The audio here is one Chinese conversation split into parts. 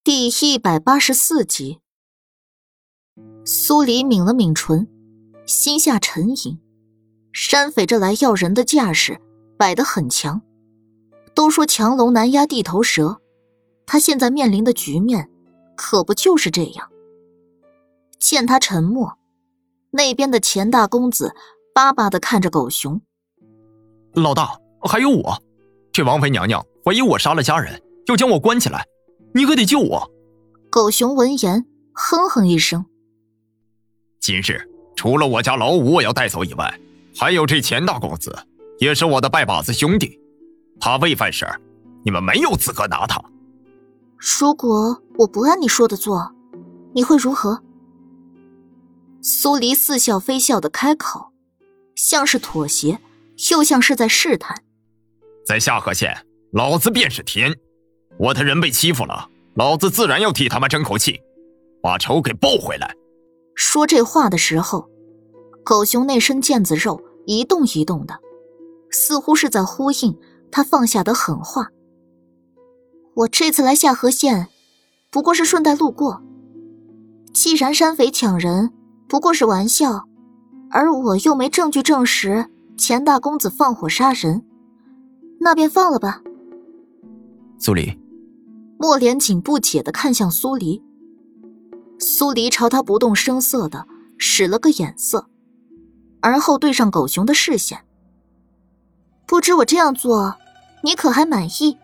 第184集。苏黎抿了抿唇，心下沉吟。山匪这来要人的架势摆得很强，都说强龙难压地头蛇，他现在面临的局面可不就是这样。见他沉默，那边的钱大公子巴巴地看着狗熊。 老大，还有我，这王妃娘娘怀疑我杀了家人，要将我关起来，你可得救我。 狗熊闻言哼哼一声， 今日除了我家老五我要带走以外，还有这钱大公子，也是我的拜把子兄弟，他未犯事，你们没有资格拿他。 如果我不按你说的做，你会如何？苏黎似笑非笑地开口，像是妥协，又像是在试探。 在下河县，老子便是天，我的人被欺负了，老子自然要替他们争口气，把仇给报回来。 说这话的时候，狗熊那身腱子肉一动一动的，似乎是在呼应他放下的狠话。我这次来下河县不过是顺带路过，既然山匪抢人不过是玩笑，而我又没证据证实钱大公子放火杀人，那便放了吧。 苏黎， 莫连锦不解地看向苏黎，苏黎朝他不动声色地使了个眼色，而后对上狗熊的视线。不知我这样做你可还满意？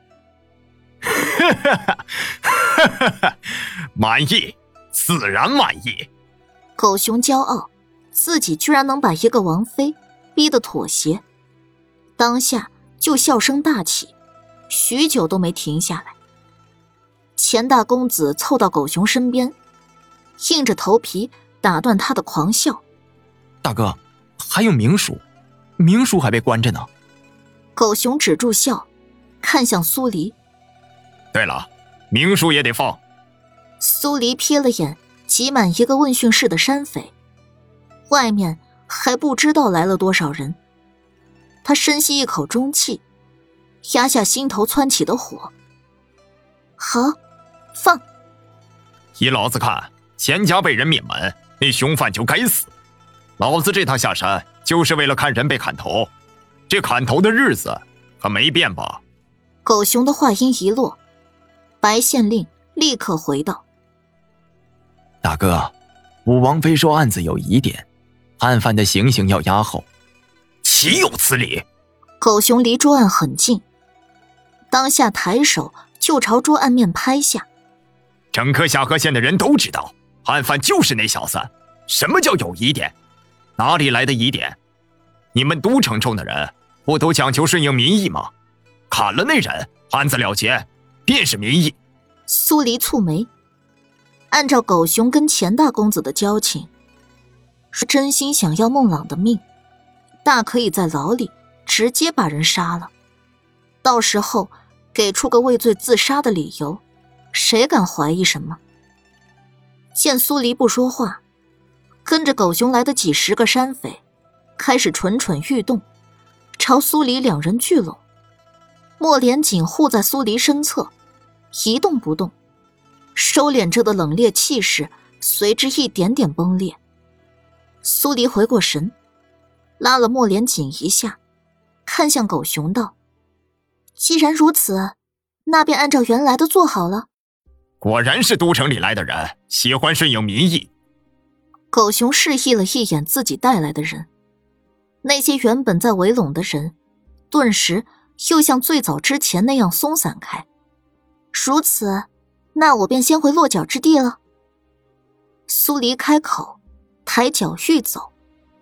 满意，自然满意。 狗熊骄傲，自己居然能把一个王妃逼得妥协，当下就笑声大起，许久都没停下来。钱大公子凑到狗熊身边，硬着头皮打断他的狂笑。 大哥，还有明叔，明叔还被关着呢。 狗熊止住笑，看向苏黎。 对了，明叔也得放。 苏黎瞥了眼挤满一个问讯室的山匪，外面还不知道来了多少人。他深吸一口中气，压下心头蹿起的火。好，放。 依老子看，钱家被人灭门，那凶犯就该死。老子这趟下山就是为了看人被砍头，这砍头的日子可没变吧？ 狗熊的话音一落，白县令立刻回道： 大哥，武王妃说案子有疑点，案犯的行刑要压后。 岂有此理！ 狗熊离桌案很近，当下抬手就朝桌案面拍下。 整个下河县的人都知道，案犯就是那小子。什么叫有疑点？哪里来的疑点？你们都城中的人不都讲求顺应民意吗？砍了那人，案子了结，便是民意。 苏黎蹙眉，按照狗熊跟钱大公子的交情，是真心想要孟朗的命，大可以在牢里直接把人杀了，到时候给出个畏罪自杀的理由，谁敢怀疑什么？见苏黎不说话，跟着狗熊来的几十个山匪开始蠢蠢欲动，朝苏黎两人聚拢。莫连锦护在苏黎身侧，一动不动，收敛着的冷冽气势随之一点点崩裂。苏黎回过神，拉了莫连锦一下，看向狗熊道：既然如此，那便按照原来的做好了。 果然是都城里来的人，喜欢顺应民意。 狗熊示意了一眼自己带来的人，那些原本在围拢的人顿时又像最早之前那样松散开。如此，那我便先回落脚之地了。苏黎开口，抬脚欲走。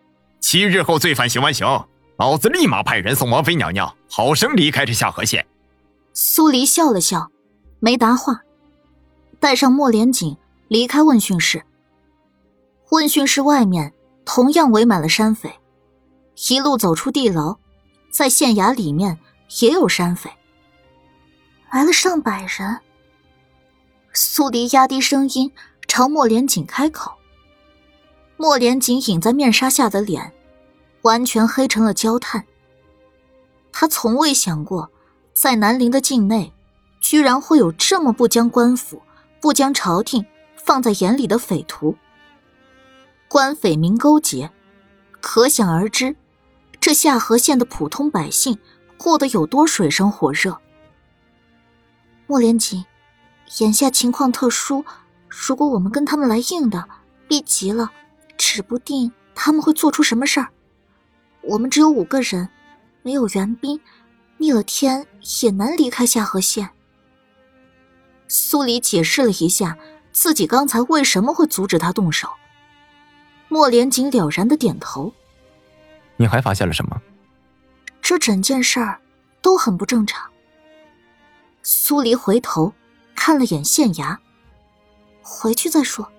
7日后罪犯行完刑，老子立马派人送王妃娘娘好生离开这下河县。 苏黎笑了笑，没答话，带上莫连锦离开问讯室。问讯室外面同样围满了山匪，一路走出地牢，在县衙里面也有山匪，来了上百人。苏黎压低声音朝莫连锦开口。莫连锦隐在面纱下的脸完全黑成了焦炭。他从未想过，在南陵的境内居然会有这么不将官府不将朝廷放在眼里的匪徒。官匪民勾结，可想而知，这下河县的普通百姓过得有多水深火热。莫连锦，眼下情况特殊，如果我们跟他们来硬的，逼急了，指不定他们会做出什么事儿。我们只有5个人，没有援兵，逆了天也难离开下河县。苏黎解释了一下自己刚才为什么会阻止他动手。莫连锦了然地点头。 你还发现了什么？ 这整件事儿都很不正常。苏黎回头看了眼县衙，回去再说。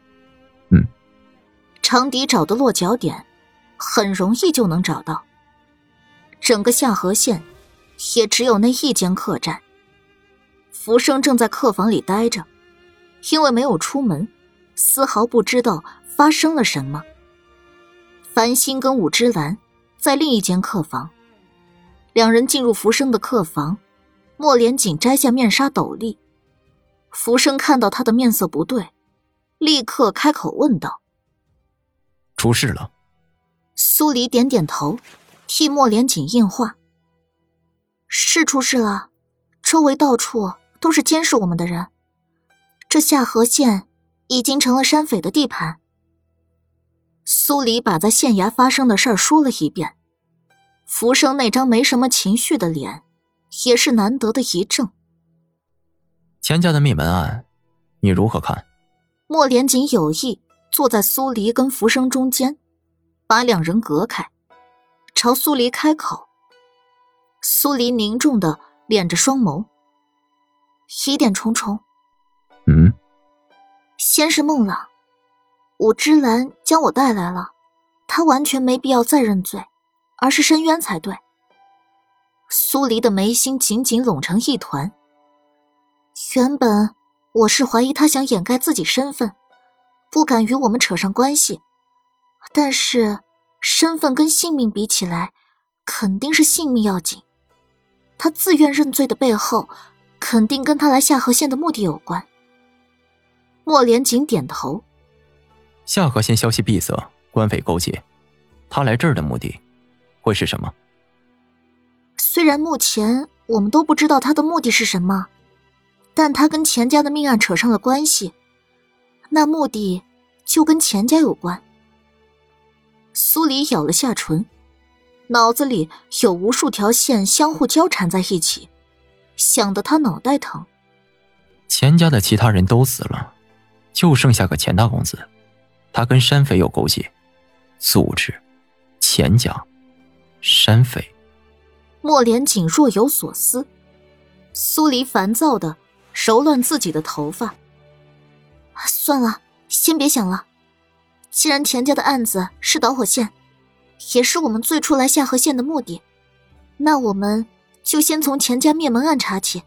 长笛找的落脚点很容易就能找到，整个下河县也只有那一间客栈。福生正在客房里待着，因为没有出门，丝毫不知道发生了什么。繁星跟武之兰在另一间客房，两人进入福生的客房，莫连锦摘下面纱斗笠。福生看到他的面色不对，立刻开口问道： 出事了？ 苏黎点点头，替莫连锦应话：是出事了，周围到处都是监视我们的人，这下河县已经成了山匪的地盘。苏黎把在县衙发生的事儿说了一遍，福生那张没什么情绪的脸也是难得的一怔。 钱家的灭门案你如何看？ 莫连锦有意坐在苏黎跟福生中间，把两人隔开，朝苏黎开口。苏黎凝重地敛着双眸，疑点重重。先是孟朗，武之兰将我带来了，他完全没必要再认罪，而是申冤才对。苏黎的眉心紧紧拢成一团。原本我是怀疑他想掩盖自己身份，不敢与我们扯上关系，但是身份跟性命比起来，肯定是性命要紧。他自愿认罪的背后，肯定跟他来下河县的目的有关。莫连锦点头。 下河县消息闭塞，官匪勾结，他来这儿的目的会是什么？ 虽然目前我们都不知道他的目的是什么，但他跟钱家的命案扯上了关系，那目的就跟钱家有关。苏黎咬了下唇，脑子里有无数条线相互交缠在一起，想得他脑袋疼。 钱家的其他人都死了，就剩下个钱大公子，他跟山匪有勾结，组织钱家山匪。 莫连锦若有所思，苏黎烦躁地揉乱自己的头发。算了，先别想了。既然钱家的案子是导火线，也是我们最初来下河县的目的，那我们就先从钱家灭门案查起。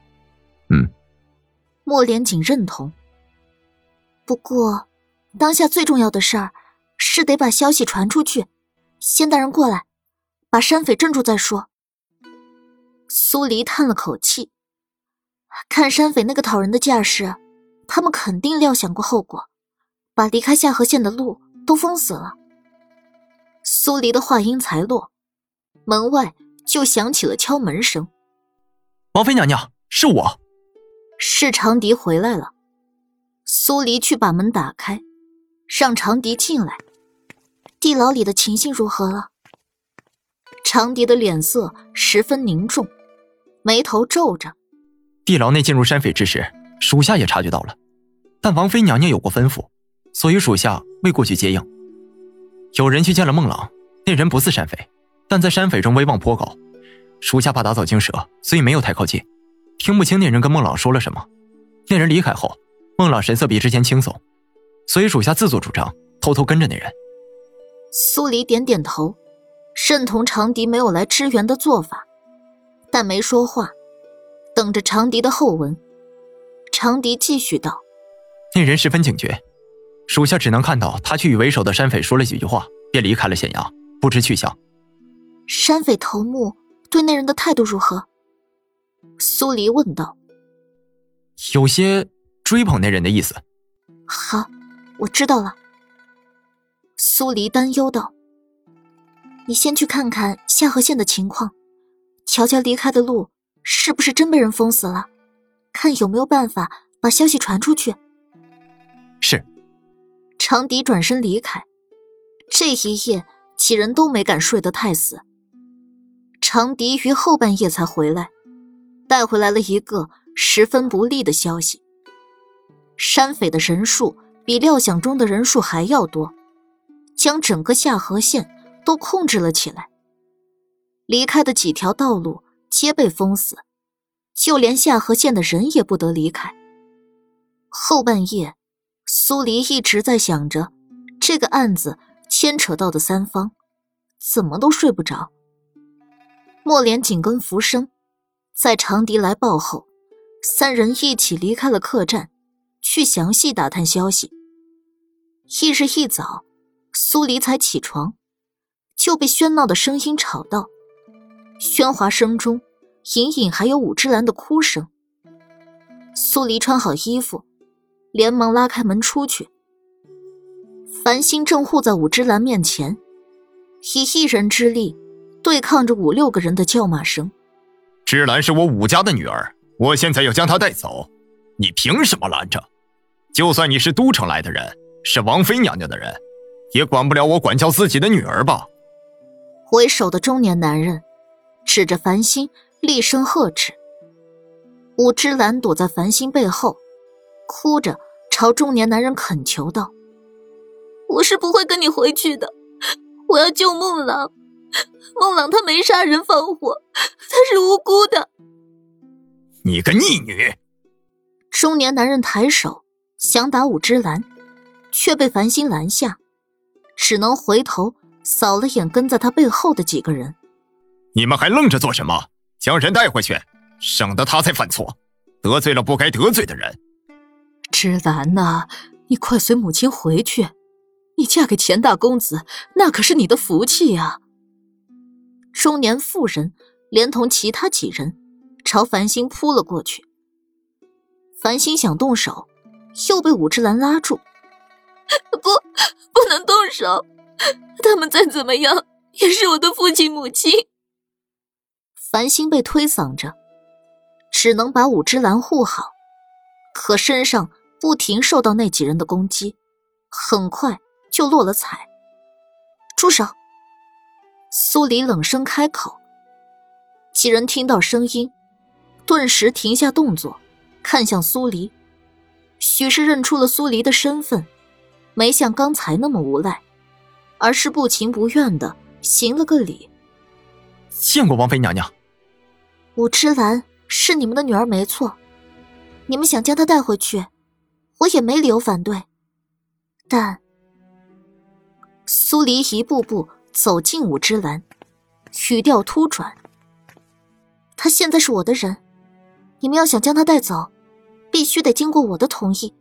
莫连锦认同。不过当下最重要的事儿是得把消息传出去，先带人过来，把山匪镇住再说。苏黎叹了口气，看山匪那个讨人的架势，他们肯定料想过后果，把离开下河县的路都封死了。苏黎的话音才落，门外就响起了敲门声。 王妃娘娘，是我。 是长笛回来了。苏黎去把门打开，让长笛进来。地牢里的情形如何了？长笛的脸色十分凝重，眉头皱着。 地牢内进入山匪之时，属下也察觉到了，但王妃娘娘有过吩咐，所以属下未过去接应。有人去见了孟朗，那人不似山匪，但在山匪中威望颇高，属下怕打草惊蛇，所以没有太靠近，听不清那人跟孟朗说了什么。那人离开后，孟朗神色比之前轻松，所以属下自作主张偷偷跟着那人。 苏黎点点头，认同长笛没有来支援的做法，但没说话，等着长笛的后文。长笛继续道： 那人十分警觉，属下只能看到他去与为首的山匪说了几句话，便离开了县衙，不知去向。 山匪头目对那人的态度如何？苏黎问道。 有些追捧那人的意思。 好，我知道了。苏黎担忧道：“你先去看看夏河县的情况，乔乔离开的路是不是真被人封死了，看有没有办法把消息传出去。” 是。 长笛转身离开。这一夜几人都没敢睡得太死。长笛于后半夜才回来，带回来了一个十分不利的消息：山匪的人数比料想中的人数还要多，将整个夏河县都控制了起来。离开的几条道路皆被封死，就连夏河县的人也不得离开。后半夜，苏黎一直在想着这个案子牵扯到的三方，怎么都睡不着。莫连紧跟浮生，在长笛来报后，三人一起离开了客栈，去详细打探消息。翌日一早，苏黎才起床，就被喧闹的声音吵到。喧哗声中隐隐还有武之兰的哭声。苏黎穿好衣服，连忙拉开门出去。繁星正护在武之兰面前，以一人之力对抗着5、6个人的叫骂声。 芝兰是我武家的女儿，我现在要将她带走，你凭什么拦着？就算你是都城来的人，是王妃娘娘的人，也管不了我管教自己的女儿吧？ 为首的中年男人指着繁星厉声呵斥。武之兰躲在繁星背后，哭着朝中年男人恳求道：“我是不会跟你回去的，我要救孟朗。孟朗他没杀人放火，他是无辜的。” 你个逆女！ 中年男人抬手想打武之兰，却被繁星拦下，只能回头扫了眼跟在他背后的几个人。 你们还愣着做什么？将人带回去，省得他再犯错，得罪了不该得罪的人。 芝兰呐，你快随母亲回去，你嫁给钱大公子，那可是你的福气啊。中年妇人连同其他几人朝繁星扑了过去。繁星想动手，又被武之兰拉住。不能动手，他们再怎么样也是我的父亲母亲。繁星被推搡着，只能把武之兰护好，可身上不停受到那几人的攻击，很快就落了彩。住手！苏黎冷声开口。几人听到声音，顿时停下动作，看向苏黎。许是认出了苏黎的身份，没像刚才那么无赖，而是不情不愿地行了个礼。 见过王妃娘娘。 武之兰是你们的女儿没错，你们想将她带回去，我也没理由反对。但苏黎一步步走近武之兰，语调突转：她现在是我的人，你们要想将她带走，必须得经过我的同意。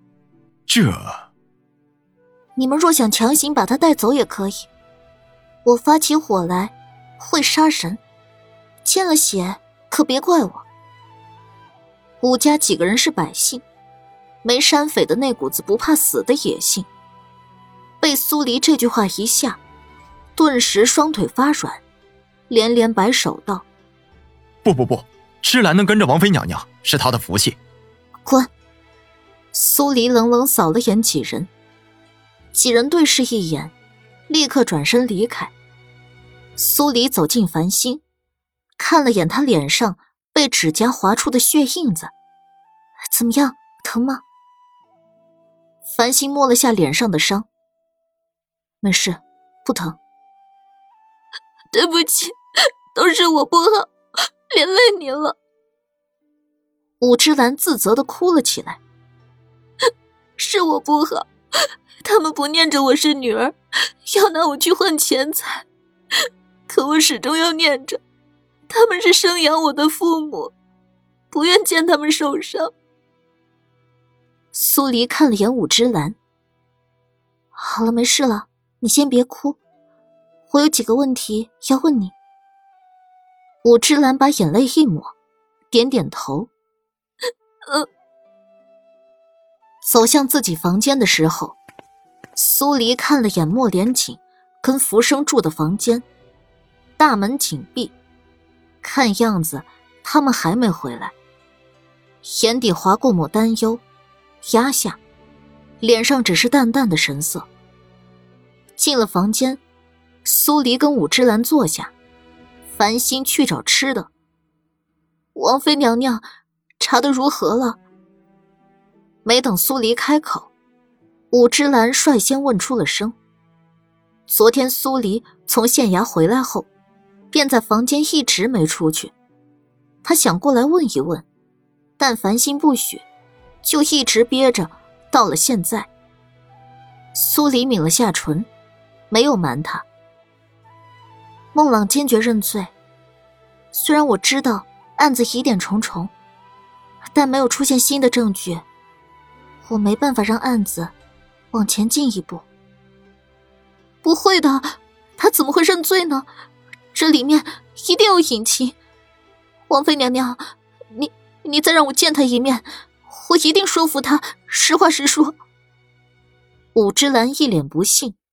你们若想强行把她带走也可以，我发起火来会杀人，见了血可别怪我。武家几个人是百姓，没山匪的那股子不怕死的野性，被苏黎这句话一吓，顿时双腿发软，连连摆手道： 不，芝兰能跟着王妃娘娘是她的福气。 滚！苏黎冷冷扫了眼几人，几人对视一眼，立刻转身离开。苏黎走进繁星，看了眼他脸上被指甲划出的血印子。怎么样，疼吗？繁星摸了下脸上的伤。没事，不疼。对不起，都是我不好，连累您了。武之兰自责地哭了起来。是我不好，他们不念着我是女儿，要拿我去换钱财，可我始终要念着他们是生养我的父母，不愿见他们受伤。苏黎看了眼武之兰。好了，没事了，你先别哭，我有几个问题要问你。武之兰把眼泪一抹，点点头。 走向自己房间的时候，苏黎看了眼莫连锦跟浮生住的房间，大门紧闭，看样子他们还没回来。眼底划过抹担忧，压下，脸上只是淡淡的神色。进了房间，苏黎跟武芝兰坐下，繁星去找吃的。王妃娘娘，查得如何了？没等苏黎开口，武芝兰率先问出了声。昨天苏黎从县衙回来后，便在房间一直没出去。他想过来问一问，但繁星不许，就一直憋着，到了现在。苏黎抿了下唇，没有瞒他。孟朗坚决认罪，虽然我知道案子疑点重重，但没有出现新的证据，我没办法让案子往前进一步。不会的，他怎么会认罪呢？这里面一定有隐情。王妃娘娘，你再让我见他一面，我一定说服他实话实说。武芝兰一脸不信，